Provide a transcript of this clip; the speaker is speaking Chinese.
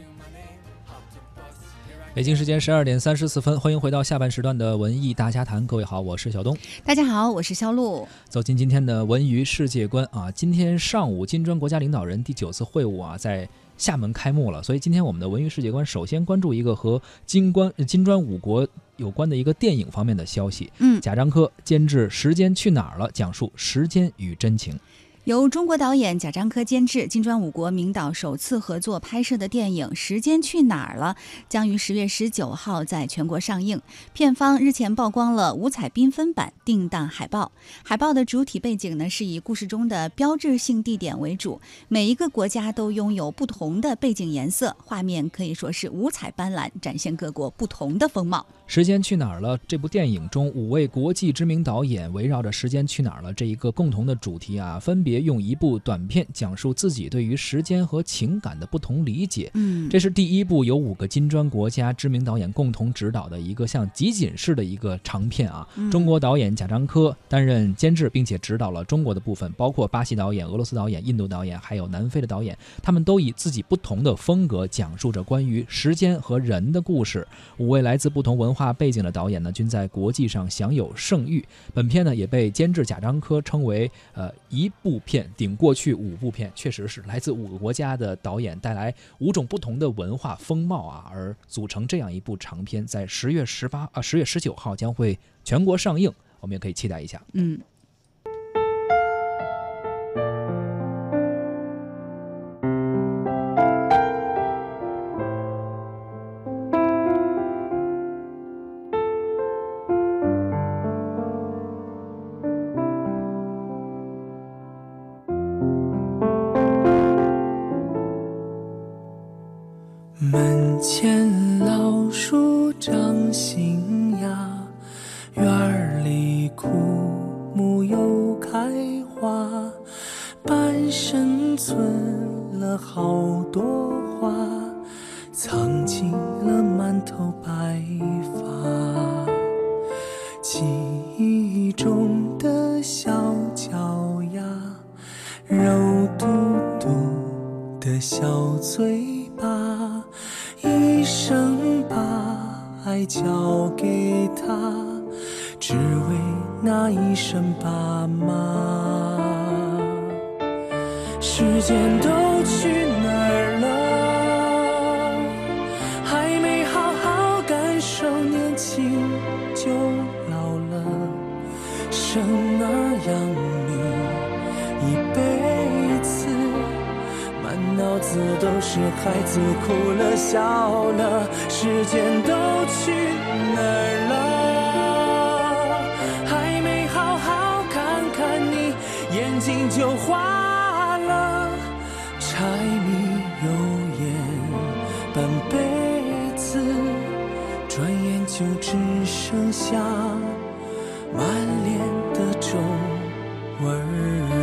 北京时间12:34，欢迎回到下半时段的文艺大家谈。各位好，我是小东。 大家好，我是肖璐。 走进今天的文娱世界观啊，今天上午金砖国家领导人第9次会晤啊，在厦门开幕了。所以今天我们的文娱世界观首先关注一个和金砖5国有关的一个电影方面的消息。贾樟柯监制《时间去哪儿了》，讲述时间与真情。 由中国导演贾樟柯监制，金砖5国名导首次合作拍摄的电影《时间去哪儿了》将于10月19号在全国上映。片方日前曝光了五彩缤纷版定档海报，海报的主体背景呢是以故事中的标志性地点为主，每一个国家都拥有不同的背景颜色，画面可以说是五彩斑斓，展现各国不同的风貌。 时间去哪儿了这部电影中，5位国际知名导演围绕着时间去哪儿了这一个共同的主题啊，分别用一部短片讲述自己对于时间和情感的不同理解。这是第一部由5个金砖国家知名导演共同执导的一个像集锦式的一个长片啊。中国导演贾樟柯担任监制，并且指导了中国的部分，包括巴西导演、俄罗斯导演、印度导演，还有南非的导演，他们都以自己不同的风格讲述着关于时间和人的故事。5位来自不同文化背景的导演呢，均在国际上享有盛誉。本片呢，也被监制贾樟柯称为一部片顶过去5部片，确实是来自5个国家的导演带来5种不同的文化风貌啊，而组成这样一部长片，在10月19号将会全国上映，我们也可以期待一下。 门前老树长新芽，院里枯木又开花，半生存了好多话，藏进了满头白发。记忆中的小脚丫，肉嘟嘟的小嘴巴，一生把爱交给他，只为那一声爸妈。时间都去哪儿了？还没好好感受年轻就老了，生那养你一辈子，满脑子都是孩子哭了笑了。时间都去哪儿了？还没好好看看你，眼睛就花了。柴米油盐半辈子，转眼就只剩下满脸的皱纹。